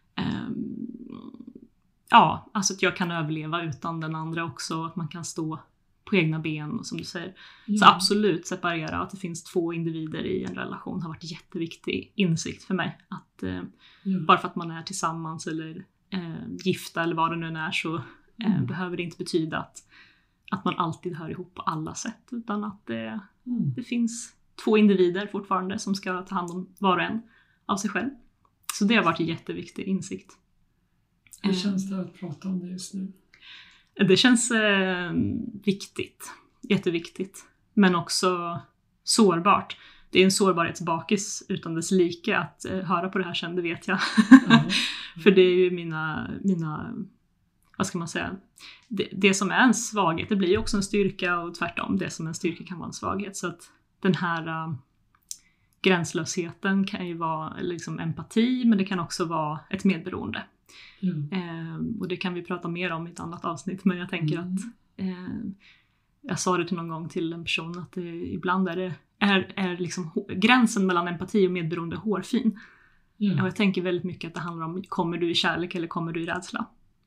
alltså att jag kan överleva utan den andra också, att man kan stå på egna ben, som du säger. Så absolut separera, att det finns 2 individer i en relation har varit jätteviktig insikt för mig. Att bara för att man är tillsammans eller gifta eller vad det nu är, så behöver det inte betyda att man alltid hör ihop på alla sätt, utan att det finns 2 individer fortfarande som ska ta hand om var och en av sig själv. Så det har varit en jätteviktig insikt. Hur känns det att prata om det just nu? Det känns viktigt, jätteviktigt, men också sårbart. Det är en sårbarhetsbakis utan dess like att höra på det här sen, det vet jag. För det är ju mina vad ska man säga, det som är en svaghet, det blir ju också en styrka, och tvärtom, det som är en styrka kan vara en svaghet. Så att den här gränslösheten kan ju vara liksom empati, men det kan också vara ett medberoende. Och det kan vi prata mer om i ett annat avsnitt, men jag tänker att jag sa det till någon gång till en person, att ibland är liksom gränsen mellan empati och medberoende hårfin. Och jag tänker väldigt mycket att det handlar om, kommer du i kärlek eller kommer du i rädsla?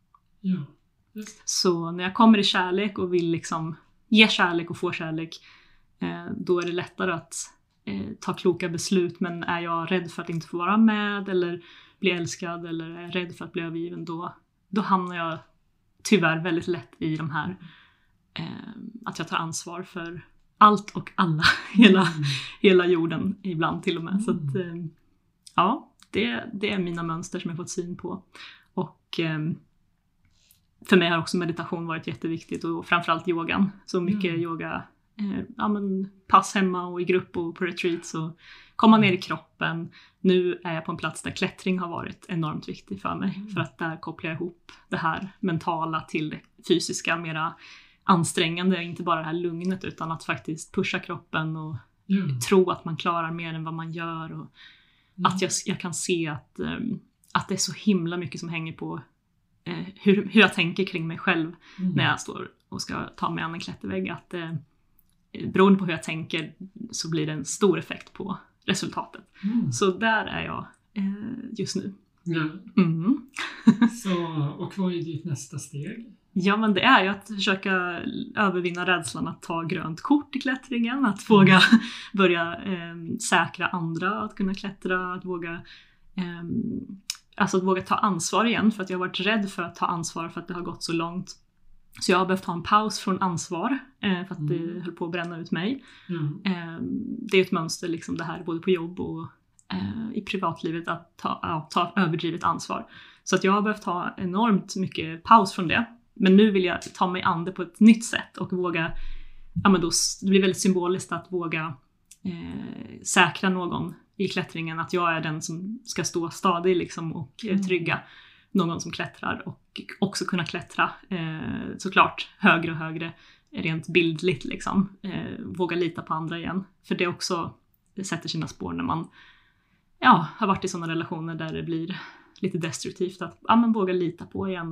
Så när jag kommer i kärlek och vill liksom ge kärlek och få kärlek, då är det lättare att ta kloka beslut. Men är jag rädd för att inte få vara med eller bli älskad, eller är rädd för att bli övergiven, då hamnar jag tyvärr väldigt lätt i de här att jag tar ansvar för allt och alla, hela jorden ibland till och med. Så att, det är mina mönster som jag fått syn på. Och för mig har också meditation varit jätteviktigt, och framförallt yogan. Så mycket yoga, pass hemma och i grupp och på retreat, så komma ner i kroppen. Nu är jag på en plats där klättring har varit enormt viktigt för mig, för att där kopplar jag ihop det här mentala till det fysiska, mera ansträngande, inte bara det här lugnet, utan att faktiskt pusha kroppen och tro att man klarar mer än vad man gör, och att jag kan se att det är så himla mycket som hänger på hur jag tänker kring mig själv när jag står och ska ta mig an en klättervägg. Att beroende på hur jag tänker så blir det en stor effekt på resultatet. Så där är jag just nu. Så, och vad är ditt nästa steg? Ja, men det är ju att försöka övervinna rädslan att ta grönt kort i klättringen. Att våga börja säkra andra att kunna klättra. Att våga ta ansvar igen. För att jag har varit rädd för att ta ansvar för att det har gått så långt. Så jag har behövt ha en paus från ansvar. För att det höll på att bränna ut mig. Det är ett mönster liksom det här både på jobb och i privatlivet. Att ta överdrivet ansvar. Så att jag har behövt ha enormt mycket paus från det. Men nu vill jag ta mig an det på ett nytt sätt och våga, det blir väldigt symboliskt att våga säkra någon i klättringen, att jag är den som ska stå stadig liksom, och trygga någon som klättrar, och också kunna klättra såklart högre och högre rent bildligt liksom. Våga lita på andra igen, för det också sätter sina spår när man har varit i sådana relationer där det blir lite destruktivt. Att men våga lita på igen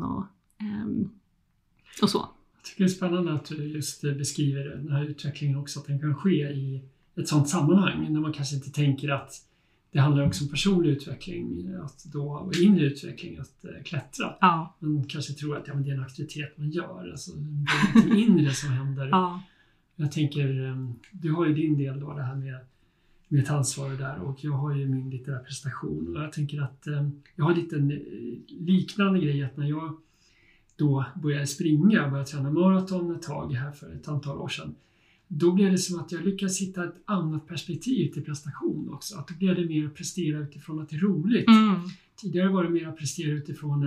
och så. Jag tycker det är spännande att du just beskriver den här utvecklingen också, att den kan ske i ett sådant sammanhang när man kanske inte tänker att det handlar också om personlig utveckling, och inre utveckling, att klättra. Ja. Man kanske tror att men det är en aktivitet man gör, alltså det är något inre som händer. Ja. Jag tänker, du har ju din del då, det här med ett ansvar där, och jag har ju min lite där prestation, och jag tänker att jag har lite en liknande grej, att när jag då började träna maraton ett tag här för ett antal år sedan, då blev det som att jag lyckades hitta ett annat perspektiv till prestation också. Att då blev det mer att prestera utifrån att det är roligt. Tidigare var det mer att prestera utifrån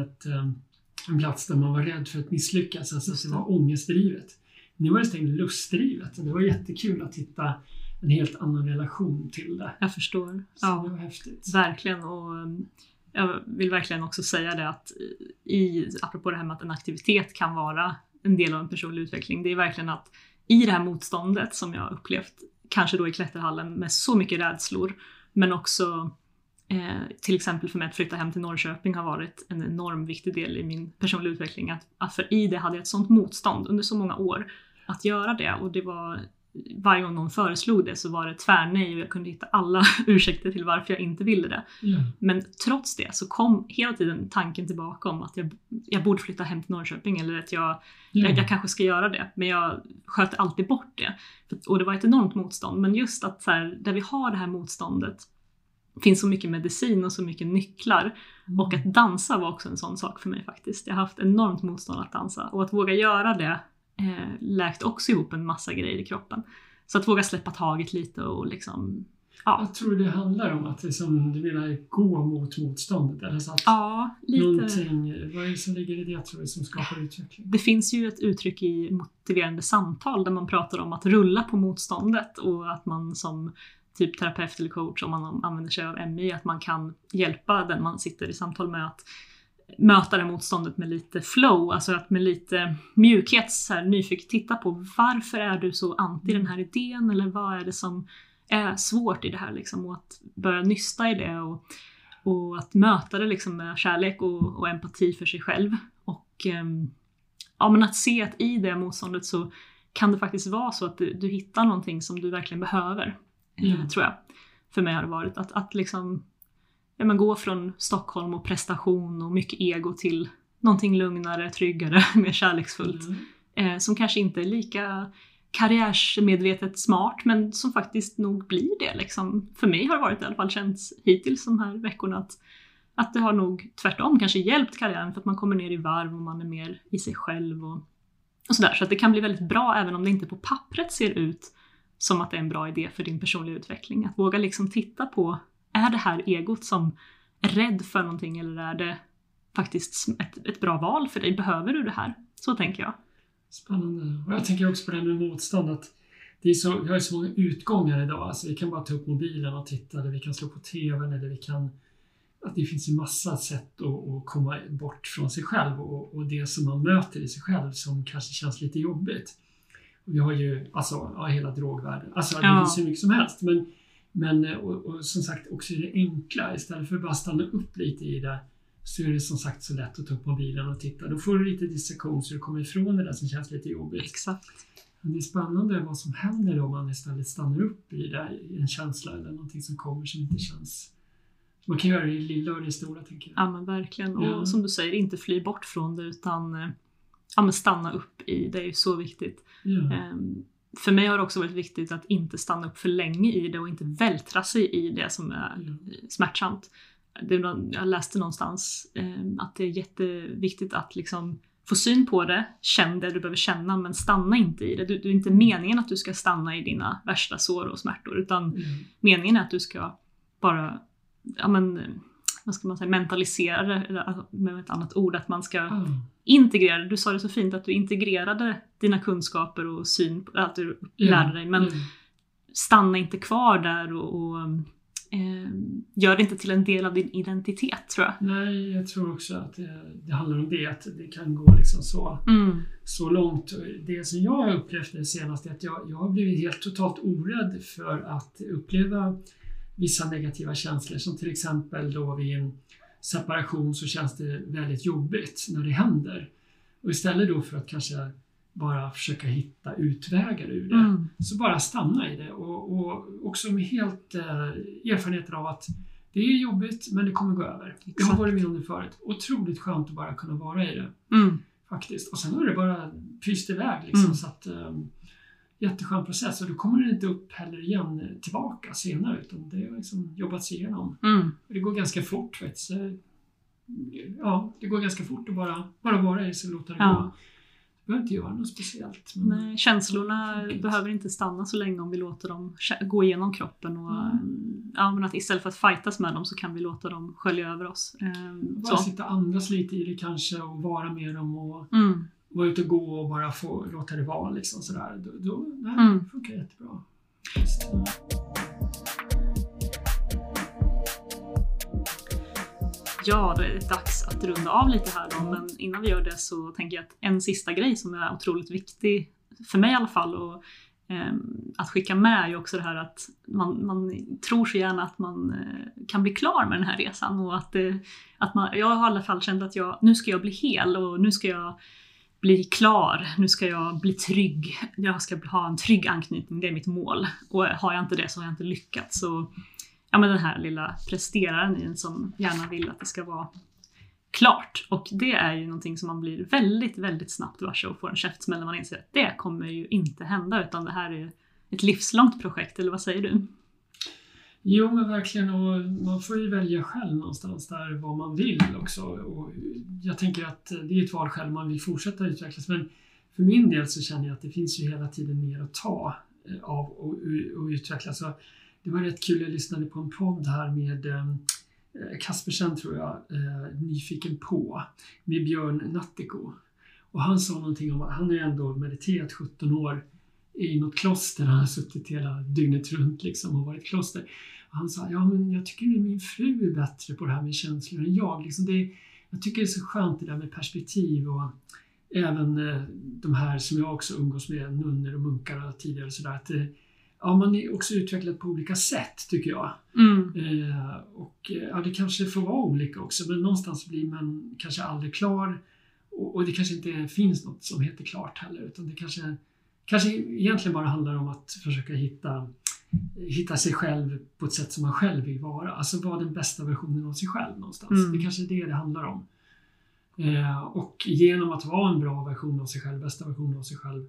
en plats där man var rädd för att misslyckas, alltså att det var ångestdrivet. Nu var det stängt lustdrivet, och det var jättekul att hitta en helt annan relation till det. Jag förstår. Så det var häftigt. Verkligen, och jag vill verkligen också säga det att apropå det här med att en aktivitet kan vara en del av en personlig utveckling, det är verkligen att i det här motståndet som jag upplevt, kanske då i klätterhallen med så mycket rädslor, men också till exempel för mig att flytta hem till Norrköping har varit en enorm viktig del i min personliga utveckling. Att för i det hade jag ett sånt motstånd under så många år att göra det, och det var varje gång någon föreslog det så var det tvärnej, och jag kunde hitta alla ursäkter till varför jag inte ville det. Men trots det så kom hela tiden tanken tillbaka om att jag borde flytta hem till Norrköping, eller att jag kanske ska göra det, men jag sköt alltid bort det, och det var ett enormt motstånd. Men just att så här, där vi har det här motståndet finns så mycket medicin och så mycket nycklar, och att dansa var också en sån sak för mig faktiskt. Jag har haft enormt motstånd att dansa, och att våga göra det läkt också ihop en massa grejer i kroppen. Så att våga släppa taget lite och liksom, ja. Jag tror det handlar om att liksom, du menar gå mot motståndet, eller så att lite. Vad är det som ligger i det, tror jag, som skapar utveckling? Det finns ju ett uttryck i motiverande samtal där man pratar om att rulla på motståndet, och att man som typ terapeut eller coach, om man använder sig av MI, att man kan hjälpa den man sitter i samtal med att möta det motståndet med lite flow, alltså att med lite mjukhet så här, nyfiket titta på varför är du så anti den här idén, eller vad är det som är svårt i det här liksom, och att börja nysta i det, och att möta det liksom med kärlek och empati för sig själv, och men att se att i det motståndet så kan det faktiskt vara så att du hittar någonting som du verkligen behöver, tror jag. För mig har det varit att liksom gå från Stockholm och prestation och mycket ego till någonting lugnare, tryggare, mer kärleksfullt. Som kanske inte är lika karriärsmedvetet smart, men som faktiskt nog blir det. Liksom. För mig har det varit i alla fall känts hittills de här veckorna att det har nog tvärtom kanske hjälpt karriären, för att man kommer ner i varv och man är mer i sig själv och sådär. Så att det kan bli väldigt bra även om det inte på pappret ser ut som att det är en bra idé för din personliga utveckling. Att våga liksom titta på, är det här egot som är rädd för någonting, eller är det faktiskt ett bra val för dig? Behöver du det här? Så tänker jag. Spännande. Och jag tänker också på det här med motstånd, att vi har så många utgångar idag. Alltså vi kan bara ta upp mobilen och titta, eller vi kan slå på tvn, eller vi kan... Att det finns en massa sätt att komma bort från sig själv och det som man möter i sig själv som kanske känns lite jobbigt. Och vi har ju hela drogvärlden. Alltså det finns ju mycket som helst, men och som sagt också är det enkla, istället för att bara stanna upp lite i det, så är det som sagt så lätt att ta upp mobilen och titta. Då får du lite distraktion så du kommer ifrån det där som känns lite jobbigt. Exakt. Men det är spännande vad som händer om man istället stannar upp i det, i en känsla eller någonting som kommer som inte känns. Man kan göra det i lilla och det stora, tänker jag. Ja, men verkligen. Och som du säger, inte fly bort från det, utan men stanna upp i det är ju så viktigt. Ja. För mig har det också varit viktigt att inte stanna upp för länge i det och inte vältra sig i det som är smärtsamt. Jag läste någonstans att det är jätteviktigt att liksom få syn på det, känn det du behöver känna, men stanna inte i det. Det är inte meningen att du ska stanna i dina värsta sår och smärtor, utan meningen är att du ska bara vad ska man säga, mentalisera det, med ett annat ord, att man ska integrera det. Du sa det så fint, att du integrerade dina kunskaper och syn, att du lärde dig, men stanna inte kvar där och gör det inte till en del av din identitet, tror jag. Nej, jag tror också att det handlar om det, att det kan gå liksom så långt. Det som jag har upplevt det senaste är att jag har blivit helt totalt orädd för att uppleva vissa negativa känslor, som till exempel då vid en separation så känns det väldigt jobbigt när det händer. Och istället då för att kanske bara försöka hitta utvägar ur det, så bara stanna i det och också med helt erfarenheten av att det är jobbigt men det kommer gå över. Exakt. Jag har varit med om det förut. Otroligt skönt att bara kunna vara i det. Faktiskt. Och sen har det bara pyst iväg liksom, så att jätteskön process, och då kommer det inte upp heller igen tillbaka senare, utan det har liksom jobbats igenom. Det går ganska fort faktiskt. Ja, det går ganska fort att bara vara i det, så låta det gå. Du behöver inte göra något speciellt. Men nej, känslorna behöver inte stanna så länge om vi låter dem gå igenom kroppen. Och, men att istället för att fightas med dem så kan vi låta dem skölja över oss. Bara sitta och andas lite i det kanske, och vara med dem och vara ute och gå och bara få låta det vara. Liksom, sådär. Det funkar jättebra. Ja, då är det dags att runda av lite här då. Men innan vi gör det så tänker jag att en sista grej som är otroligt viktig för mig i alla fall, och att skicka med är ju också det här att man tror så gärna att man kan bli klar med den här resan, och att jag har i alla fall känt att nu ska jag bli hel, och nu ska jag bli klar, nu ska jag bli trygg, jag ska ha en trygg anknytning, det är mitt mål, och har jag inte det så har jag inte lyckats. Så ja, men den här lilla presteraren i en som gärna vill att det ska vara klart. Och det är ju någonting som man blir väldigt, väldigt snabbt varse och får en käftsmäll när man inser att det kommer ju inte hända, utan det här är ett livslångt projekt, eller vad säger du? Jo, men verkligen, och man får ju välja själv någonstans där vad man vill också. Och jag tänker att det är ett val själv, man vill fortsätta utvecklas, men för min del så känner jag att det finns ju hela tiden mer att ta av och utvecklas. Så det var rätt kul, jag lyssnade på en podd här med Kaspersen, tror jag, Nyfiken på, med Björn Nattiko. Och han sa någonting om att han är ändå mediterat 17 år i något kloster. Han har suttit hela dygnet runt liksom och varit kloster. Och han sa, men jag tycker att min fru är bättre på det här med känslor än jag. Liksom jag tycker det är så skönt det där med perspektiv, och även de här som jag också umgås med, nunnor och munkar och tidigare, så där, att man är också utvecklad på olika sätt, tycker jag. Och det kanske får vara olika också, men någonstans blir man kanske aldrig klar, och det kanske inte finns något som heter klart heller, utan det kanske egentligen bara handlar om att försöka hitta sig själv på ett sätt som man själv vill vara, alltså vara den bästa versionen av sig själv någonstans. Det kanske är det handlar om. Och genom att vara en bra version av sig själv, bästa version av sig själv,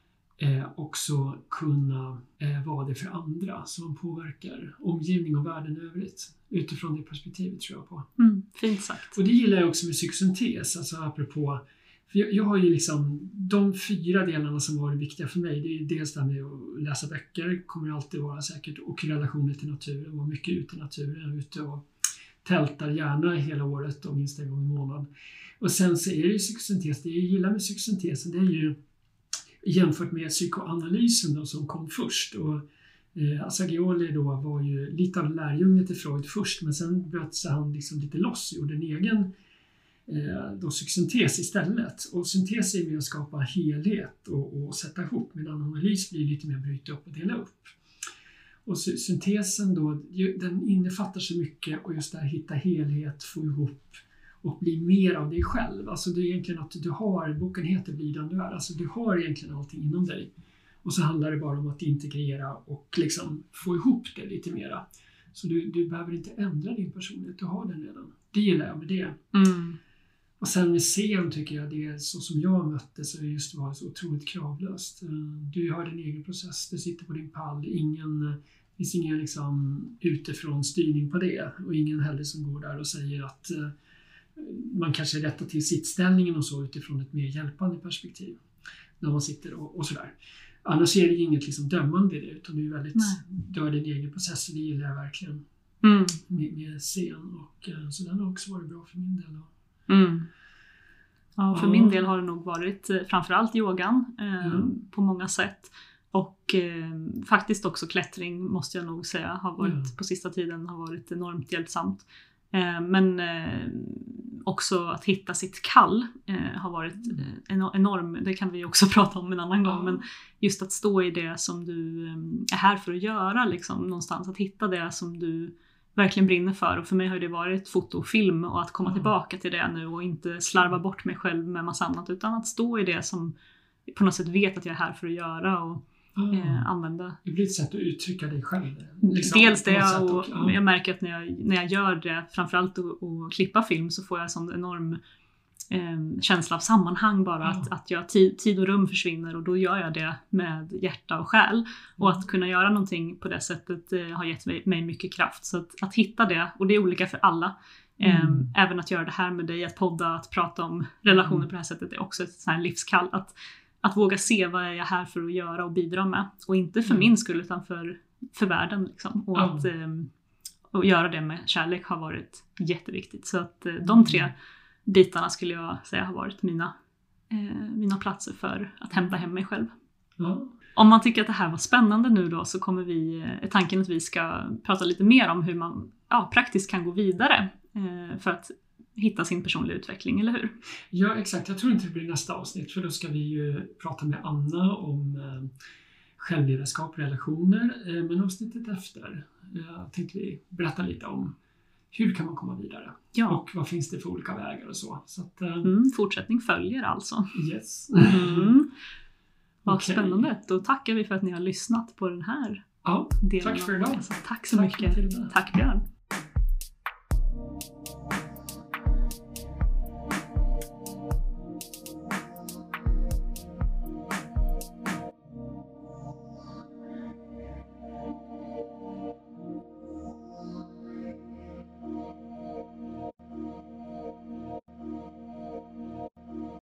också kunna vara det för andra, så man påverkar omgivning och världen övrigt utifrån det perspektivet, tror jag på. Fint sagt. Och det gillar jag också med psykosyntes, alltså apropå, för jag har ju liksom de 4 delarna som var viktiga för mig. Det är dels det här med att läsa böcker, kommer alltid vara säkert, och relationer till naturen, vara mycket ute i naturen, ute och tältar gärna hela året och minst en gång i månaden. Och sen så är det ju psykosyntes, det jag gillar med psykosyntesen, det är ju jämfört med psykoanalysen då, som kom först. Och Assagioli då var ju lite av lärjunge till Freud först, men sen bröt sig han liksom lite loss och gjorde en egen psykosyntes istället. Och syntes är med att skapa helhet och sätta ihop, medan analys blir lite mer bryta upp och dela upp. Och syntesen då, den innefattar så mycket, och just det här hitta helhet, få ihop och bli mer av dig själv. Alltså det är egentligen att du har, boken heter Bli den du är, alltså du har egentligen allting inom dig. Och så handlar det bara om att integrera och liksom få ihop det lite mera. Så du behöver inte ändra din personlighet, du har den redan. Det gillar jag med det. Och sen med scen tycker jag, det är så som jag mötte, så är just var så otroligt kravlöst. Du har din egen process, du sitter på din pall, det finns ingen liksom utifrån styrning på det, och ingen heller som går där och säger att man kanske rättar till sittställningen och så utifrån ett mer hjälpande perspektiv när man sitter och sådär. Annars är det inget liksom dömande i det, utan det är väldigt, du har din egen process, och det gillar jag verkligen med scen, och så den har också varit bra för min del. Ja, för min del har det nog varit framförallt yogan på många sätt, och faktiskt också klättring måste jag nog säga har varit på sista tiden har varit enormt hjälpsamt. Men också att hitta sitt kall har varit enorm, det kan vi också prata om en annan gång, men just att stå i det som du är här för att göra liksom, någonstans, att hitta det som du verkligen brinner för. Och för mig har det varit foto och film, och att komma tillbaka till det nu och inte slarva bort mig själv med massa annat, utan att stå i det som på något sätt vet att jag är här för att göra och använda. Det blir ett sätt att uttrycka dig själv. Liksom, dels det, och jag märker att när jag gör det, framförallt att klippa film, så får jag en sån enorm känsla av sammanhang bara, att jag tid och rum försvinner, och då gör jag det med hjärta och själ. Och att kunna göra någonting på det sättet har gett mig mycket kraft. Så att hitta det, och det är olika för alla. Även att göra det här med dig, att podda, att prata om relationer på det här sättet är också ett sånt här livskall. Att våga se vad är jag här för att göra och bidra med. Och inte för min skull, utan för världen liksom. Och att och göra det med kärlek har varit jätteviktigt. Så att de 3 bitarna skulle jag säga har varit mina platser för att hämta hem mig själv. Om man tycker att det här var spännande nu då, så kommer är tanken att vi ska prata lite mer om hur man praktiskt kan gå vidare för att hitta sin personliga utveckling, eller hur? Ja, exakt. Jag tror inte det blir nästa avsnitt, för då ska vi ju prata med Anna om självledarskap, relationer. Men avsnittet efter tänkte vi berätta lite om hur kan man komma vidare? Ja. Och vad finns det för olika vägar och så. Så att, fortsättning följer alltså. Yes. Vad spännande. Då tackar vi för att ni har lyssnat på den här delen. Tack för idag. Tack så mycket. Tack Björn.